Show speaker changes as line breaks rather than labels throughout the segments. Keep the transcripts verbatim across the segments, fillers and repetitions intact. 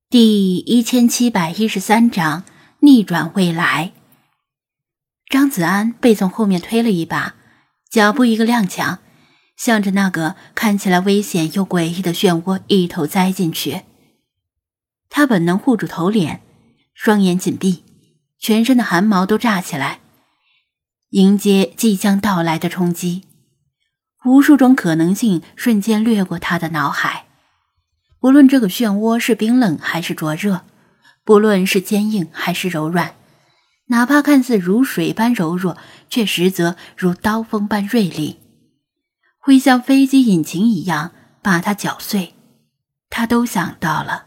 第一千七百一十三章逆转未来。张子安被从后面推了一把，脚步一个踉跄，向着那个看起来危险又诡异的漩涡一头栽进去。他本能护住头脸，双眼紧闭，全身的汗毛都炸起来，迎接即将到来的冲击。无数种可能性瞬间掠过他的脑海。不论这个漩涡是冰冷还是灼热，不论是坚硬还是柔软，哪怕看似如水般柔弱，却实则如刀锋般锐利，会像飞机引擎一样把它搅碎，他都想到了。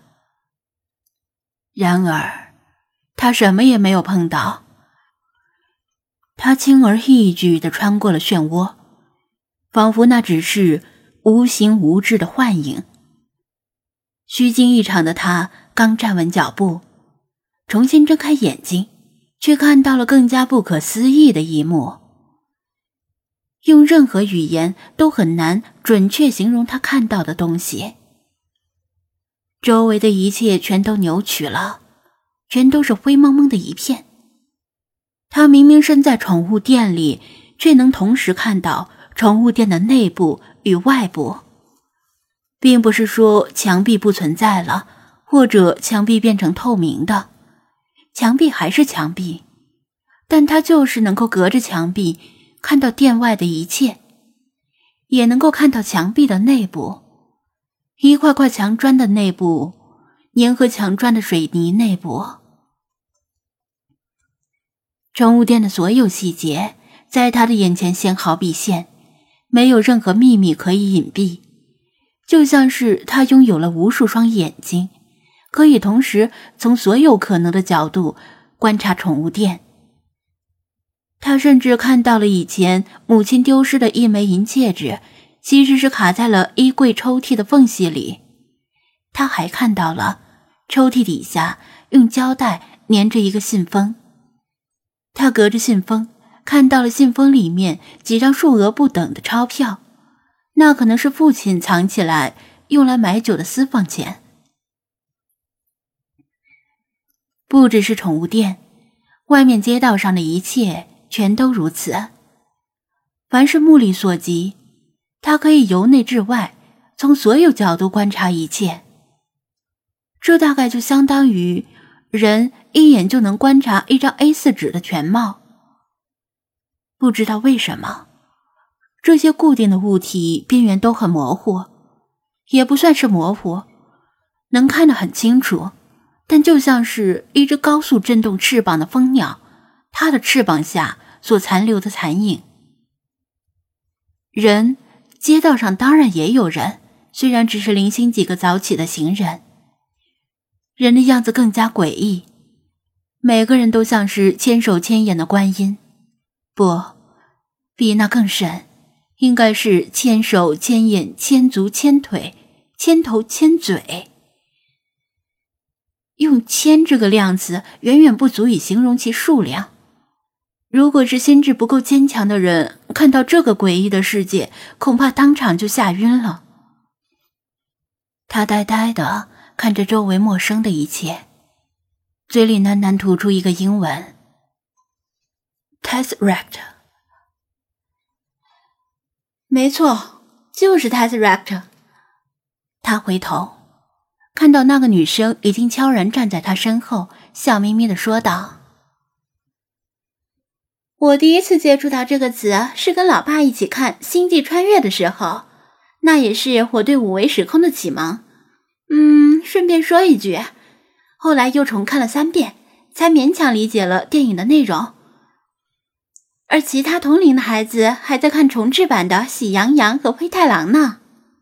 然而他什么也没有碰到，他轻而易举地穿过了漩涡，仿佛那只是无形无质的幻影。虚惊一场的他刚站稳脚步，重新睁开眼睛，却看到了更加不可思议的一幕。用任何语言都很难准确形容他看到的东西。周围的一切全都扭曲了，全都是灰蒙蒙的一片。他明明身在宠物店里，却能同时看到宠物店的内部与外部。并不是说墙壁不存在了，或者墙壁变成透明的，墙壁还是墙壁，但他就是能够隔着墙壁看到店外的一切，也能够看到墙壁的内部，一块块墙砖的内部，粘合墙砖的水泥内部。宠物店的所有细节在他的眼前纤毫毕现，没有任何秘密可以隐蔽，就像是他拥有了无数双眼睛，可以同时从所有可能的角度观察宠物店。他甚至看到了以前母亲丢失的一枚银戒指，其实是卡在了衣柜抽屉的缝隙里。他还看到了抽屉底下用胶带粘着一个信封，他隔着信封看到了信封里面几张数额不等的钞票，那可能是父亲藏起来用来买酒的私房钱。不只是宠物店，外面街道上的一切全都如此。凡是目力所及，他可以由内至外从所有角度观察一切。这大概就相当于人一眼就能观察一张 A 四 纸的全貌。不知道为什么，这些固定的物体边缘都很模糊，也不算是模糊，能看得很清楚，但就像是一只高速震动翅膀的蜂鸟，它的翅膀下所残留的残影。人，街道上当然也有人，虽然只是零星几个早起的行人。人的样子更加诡异，每个人都像是千手千眼的观音，不，比那更甚，应该是千手千眼千足千腿千头千嘴。用千这个量词远远不足以形容其数量。如果是心智不够坚强的人，看到这个诡异的世界，恐怕当场就吓晕了。他呆呆地看着周围陌生的一切，嘴里喃喃吐出一个英文 Tesseract。 没错，就是 Tesseract。 他回头看到那个女生已经悄然站在他身后，笑眯眯地说道：我第一次接触到这个词是跟老爸一起看《星际穿越》的时候，那也是我对五维时空的启蒙。嗯，顺便说一句，后来又重看了三遍，才勉强理解了电影的内容。而其他同龄的孩子还在看重制版的《喜羊羊和灰太狼》呢。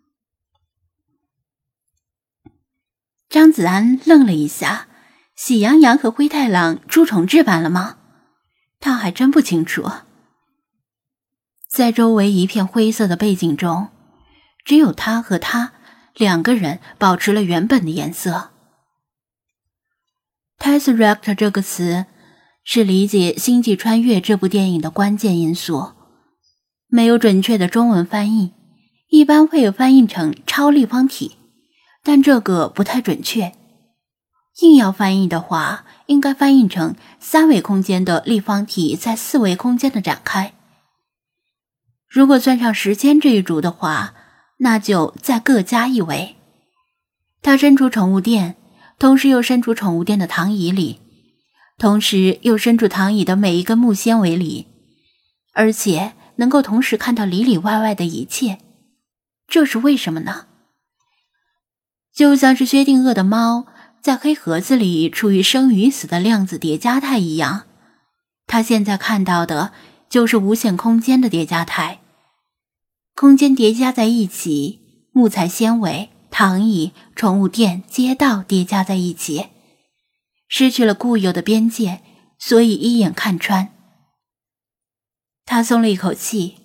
张子安愣了一下，喜羊羊和灰太狼出重制版了吗？他还真不清楚。在周围一片灰色的背景中，只有他和他两个人保持了原本的颜色。Tesseract 这个词是理解《星际穿越》这部电影的关键因素，没有准确的中文翻译，一般会有翻译成超立方体，但这个不太准确。 硬要翻译的话，应该翻译成三维空间的立方体在四维空间的展开。如果算上时间这一组的话，那就再各加一维。他伸出宠物店，同时又伸出宠物店的躺椅里，同时又伸出躺椅的每一根木纤维里，而且能够同时看到里里外外的一切。这是为什么呢？就像是薛定谔的猫在黑盒子里处于生与死的量子叠加态一样，他现在看到的就是无限空间的叠加态。空间叠加在一起，木材纤维、躺椅、宠物店、街道叠加在一起，失去了固有的边界，所以一眼看穿。他松了一口气。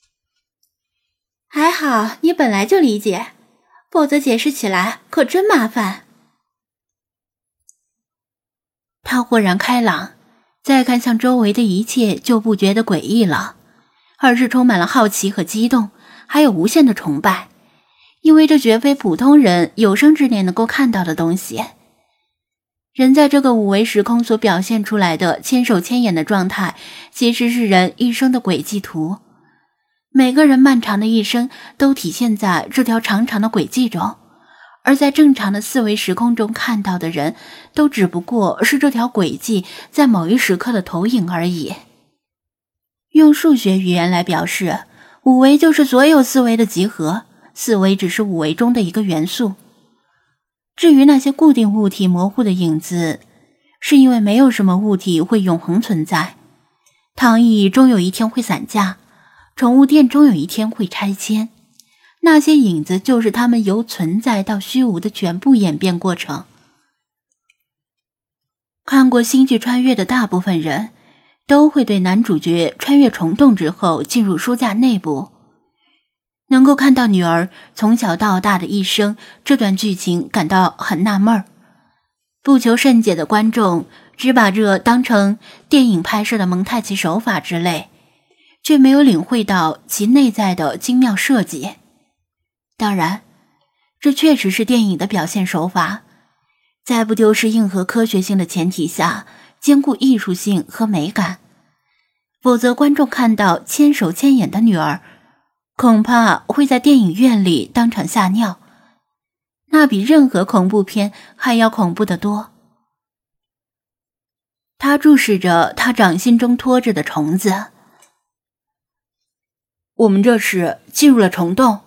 还好你本来就理解，否则解释起来可真麻烦。他豁然开朗，再看向周围的一切就不觉得诡异了，而是充满了好奇和激动，还有无限的崇拜，因为这绝非普通人有生之年能够看到的东西。人在这个五维时空所表现出来的千手千眼的状态，其实是人一生的轨迹图。每个人漫长的一生都体现在这条长长的轨迹中，而在正常的四维时空中看到的人，都只不过是这条轨迹在某一时刻的投影而已。用数学语言来表示，五维就是所有四维的集合，四维只是五维中的一个元素。至于那些固定物体模糊的影子，是因为没有什么物体会永恒存在。躺椅终有一天会散架，宠物店终有一天会拆迁，那些影子就是他们由存在到虚无的全部演变过程。看过星际穿越的大部分人都会对男主角穿越虫洞之后进入书架内部，能够看到女儿从小到大的一生，这段剧情感到很纳闷儿。不求甚解的观众只把这当成电影拍摄的蒙太奇手法之类，却没有领会到其内在的精妙设计。当然，这确实是电影的表现手法，在不丢失硬核科学性的前提下，兼顾艺术性和美感。否则观众看到千手千眼的女儿，恐怕会在电影院里当场吓尿，那比任何恐怖片还要恐怖得多。他注视着他掌心中拖着的虫子。我们这是进入了虫洞。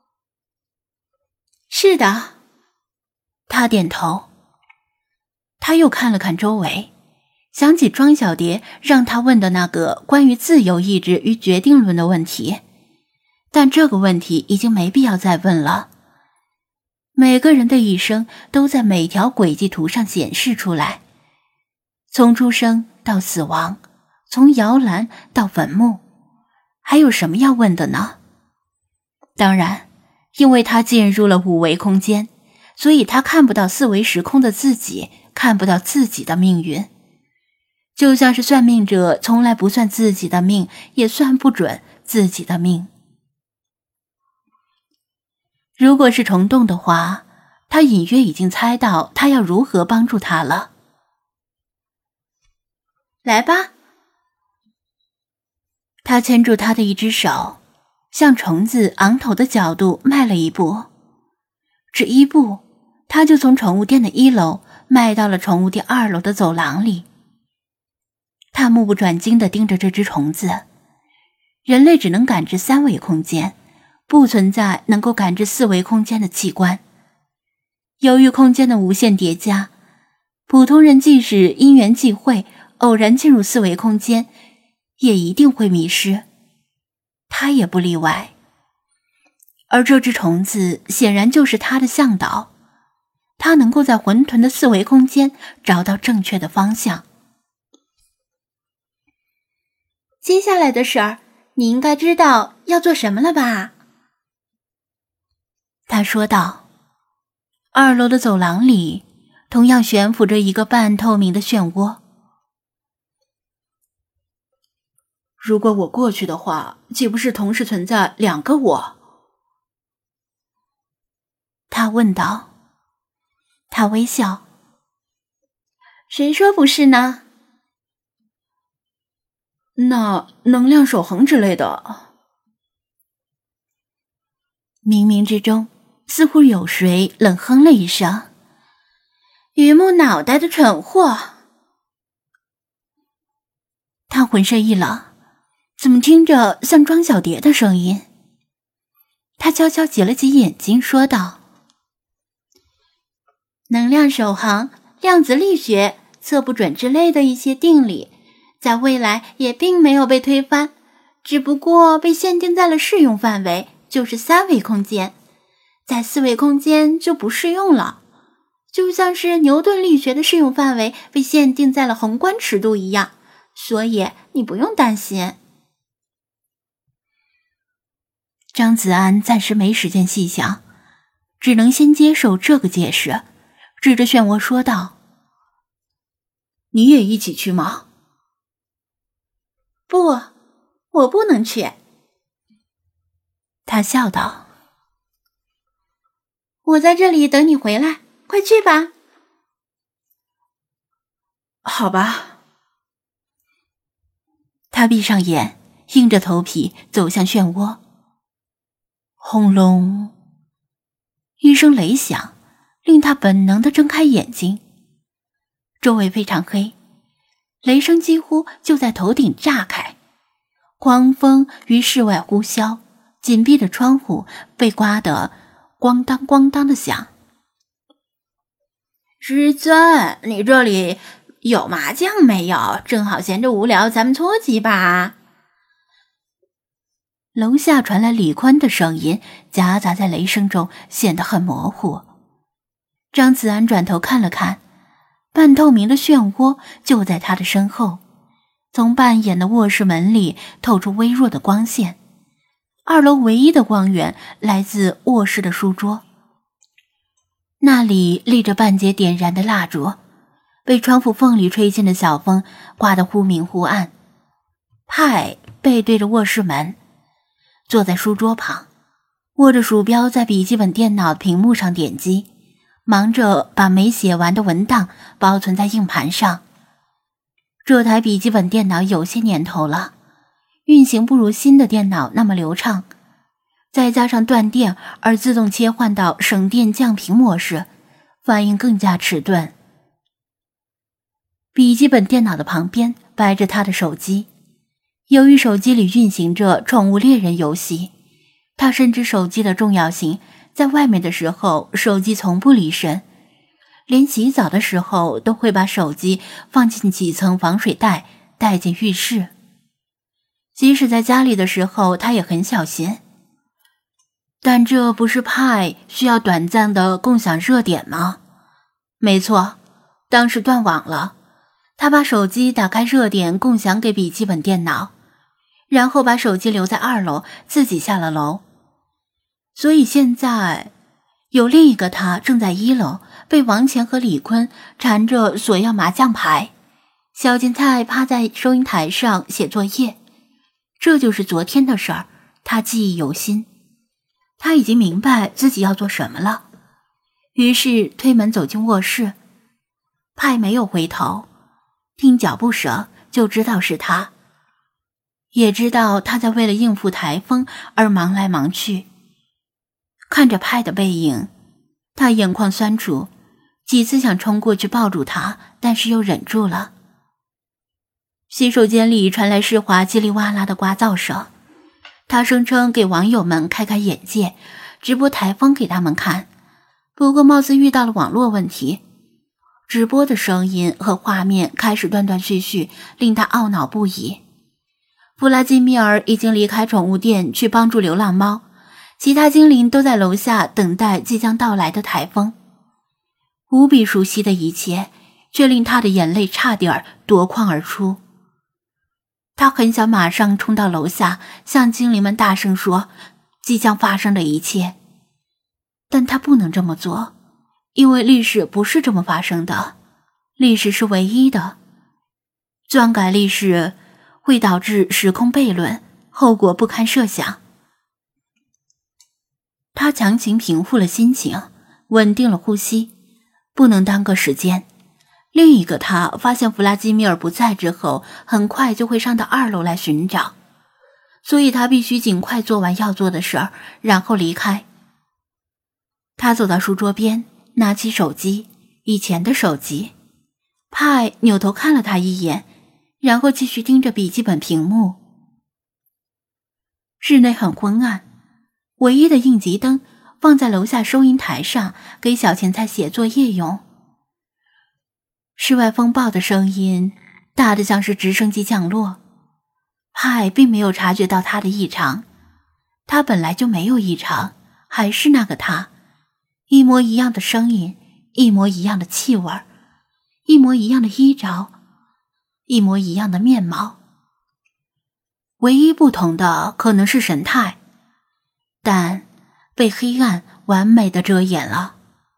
是的。他点头。他又看了看周围，想起庄小蝶让他问的那个关于自由意志与决定论的问题，但这个问题已经没必要再问了。每个人的一生都在每条轨迹图上显示出来，从出生到死亡，从摇篮到坟墓，还有什么要问的呢？当然，因为他进入了五维空间，所以他看不到四维时空的自己，看不到自己的命运。就像是算命者从来不算自己的命，也算不准自己的命。如果是虫洞的话，他隐约已经猜到他要如何帮助他了。来吧。他牵住他的一只手，向虫子昂头的角度迈了一步。只一步，他就从宠物店的一楼迈到了宠物店二楼的走廊里。他目不转睛地盯着这只虫子。人类只能感知三维空间，不存在能够感知四维空间的器官。由于空间的无限叠加，普通人即使因缘际会偶然进入四维空间，也一定会迷失，他也不例外。而这只虫子显然就是他的向导，他能够在混沌的四维空间找到正确的方向。接下来的事儿，你应该知道要做什么了吧？他说道。二楼的走廊里，同样悬浮着一个半透明的漩涡。如果我过去的话，岂不是同时存在两个我？他问道。他微笑。 谁说不是呢？
那能量守恒之类的。
冥冥之中，似乎有谁冷哼了一声：“榆木脑袋的蠢货！”他浑身一冷，怎么听着像庄小蝶的声音？他悄悄挤了挤眼睛，说道：“能量守恒、量子力学、测不准之类的一些定理，在未来也并没有被推翻，只不过被限定在了适用范围，就是三维空间，在四维空间就不适用了，就像是牛顿力学的适用范围被限定在了宏观尺度一样，所以你不用担心。”张子安暂时没时间细想，只能先接受这个解释，指着漩涡说道：“
你也一起去吗？”“
不，我不能去。”他笑道：“我在这里等你回来，快去吧。”“
好吧。”
他闭上眼，硬着头皮走向漩涡。轰隆！一声雷响，令他本能地睁开眼睛。周围非常黑，雷声几乎就在头顶炸开，狂风于室外呼啸，紧闭的窗户被刮得咣当咣当的响。“师尊，你这里有麻将没有？正好闲着无聊，咱们搓几把。”楼下传来李宽的声音，夹杂在雷声中，显得很模糊。张子安转头看了看，半透明的漩涡就在他的身后，从半掩的卧室门里透出微弱的光线。二楼唯一的光源来自卧室的书桌，那里立着半截点燃的蜡烛，被窗户缝里吹进的小风刮得忽明忽暗。派背对着卧室门，坐在书桌旁，握着鼠标在笔记本电脑屏幕上点击，忙着把没写完的文档保存在硬盘上。这台笔记本电脑有些年头了，运行不如新的电脑那么流畅，再加上断电而自动切换到省电降频模式，反应更加迟钝。笔记本电脑的旁边摆着他的手机，由于手机里运行着宠物猎人游戏，他深知手机的重要性，在外面的时候手机从不离身，连洗澡的时候都会把手机放进几层防水袋带进浴室。即使在家里的时候他也很小心。但这不是派需要短暂的共享热点吗？没错，当时断网了，他把手机打开热点共享给笔记本电脑，然后把手机留在二楼，自己下了楼。所以现在有另一个他正在一楼，被王乾和李坤缠着索要麻将牌，小金菜趴在收银台上写作业。这就是昨天的事儿，他记忆犹新。他已经明白自己要做什么了，于是推门走进卧室。派没有回头，听脚步声就知道是他，也知道他在为了应付台风而忙来忙去。看着派的背影，他眼眶酸楚，几次想冲过去抱住他，但是又忍住了。洗手间里传来施华叽里哇啦的刮噪声，他声称给网友们开开眼界，直播台风给他们看，不过貌似遇到了网络问题，直播的声音和画面开始断断续续，令他懊恼不已。弗拉基米尔已经离开宠物店去帮助流浪猫，其他精灵都在楼下等待即将到来的台风。无比熟悉的一切，却令他的眼泪差点夺眶而出。他很想马上冲到楼下，向精灵们大声说即将发生的一切，但他不能这么做，因为历史不是这么发生的，历史是唯一的。篡改历史会导致时空悖论，后果不堪设想。他强行平复了心情，稳定了呼吸，不能耽搁时间， 另一个他发现弗拉基米尔不在之后，很快就会上到二楼来寻找，所以他必须尽快做完要做的事儿，然后离开。他走到书桌边，拿起手机，以前的手机。派扭头看了他一眼，然后继续盯着笔记本屏幕。室内很昏暗，唯一的应急灯放在楼下收银台上，给小芹菜写作业用。室外风暴的声音大得像是直升机降落，派并没有察觉到他的异常，他本来就没有异常，还是那个他，一模一样的声音，一模一样的气味，一模一样的衣着，一模一样的面貌。唯一不同的可能是神态，但被黑暗完美的遮掩了。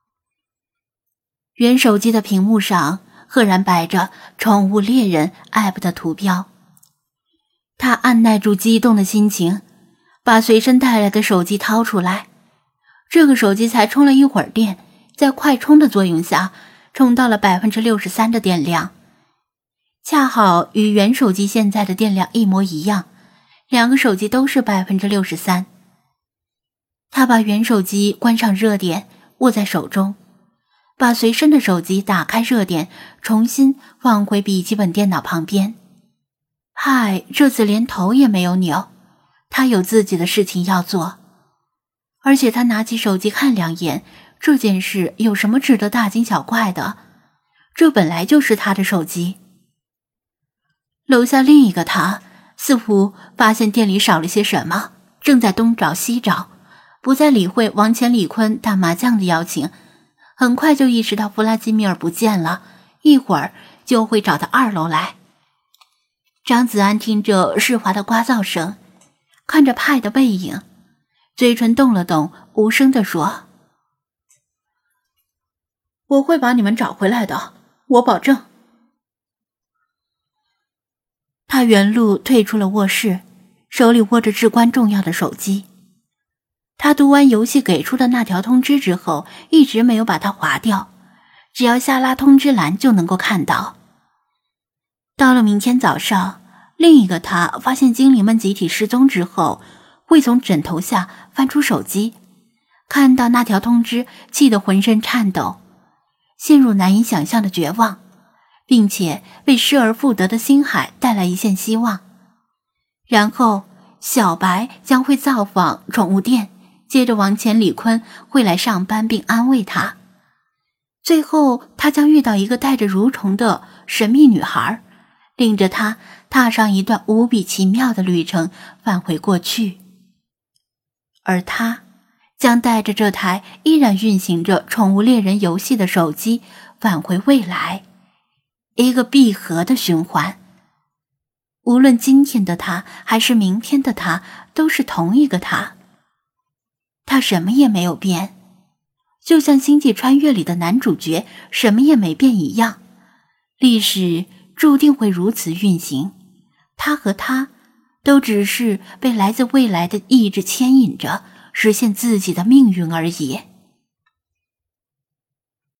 原手机的屏幕上赫然摆着宠物猎人 app 的图标。他按耐住激动的心情，把随身带来的手机掏出来。这个手机才充了一会儿电，在快充的作用下充到了 百分之六十三 的电量，恰好与原手机现在的电量一模一样，两个手机都是 百分之六十三。 他把原手机关上热点，握在手中，把随身的手机打开热点，重新放回笔记本电脑旁边。派这次连头也没有扭，他有自己的事情要做。而且他拿起手机看两眼，这件事有什么值得大惊小怪的？这本来就是他的手机。楼下另一个他似乎发现店里少了些什么，正在东找西找，不再理会王乾李坤打麻将的邀请，很快就意识到弗拉基米尔不见了，一会儿就会找到二楼来。张子安听着世华的聒噪声，看着派的背影，嘴唇动了动，无声地说：“
我会把你们找回来的，我保证。”
他原路退出了卧室，手里握着至关重要的手机。他读完游戏给出的那条通知之后，一直没有把它划掉，只要下拉通知栏就能够看到。到了明天早上，另一个他发现精灵们集体失踪之后，会从枕头下翻出手机，看到那条通知，气得浑身颤抖，陷入难以想象的绝望，并且为失而复得的星海带来一线希望。然后小白将会造访宠物店，接着王乾李坤会来上班并安慰他，最后他将遇到一个带着蠕虫的神秘女孩，领着他踏上一段无比奇妙的旅程，返回过去。而他将带着这台依然运行着宠物猎人游戏的手机返回未来，一个闭合的循环。无论今天的他还是明天的他，都是同一个他。他什么也没有变，就像星际穿越里的男主角什么也没变一样。历史注定会如此运行，他和他都只是被来自未来的意志牵引着，实现自己的命运而已。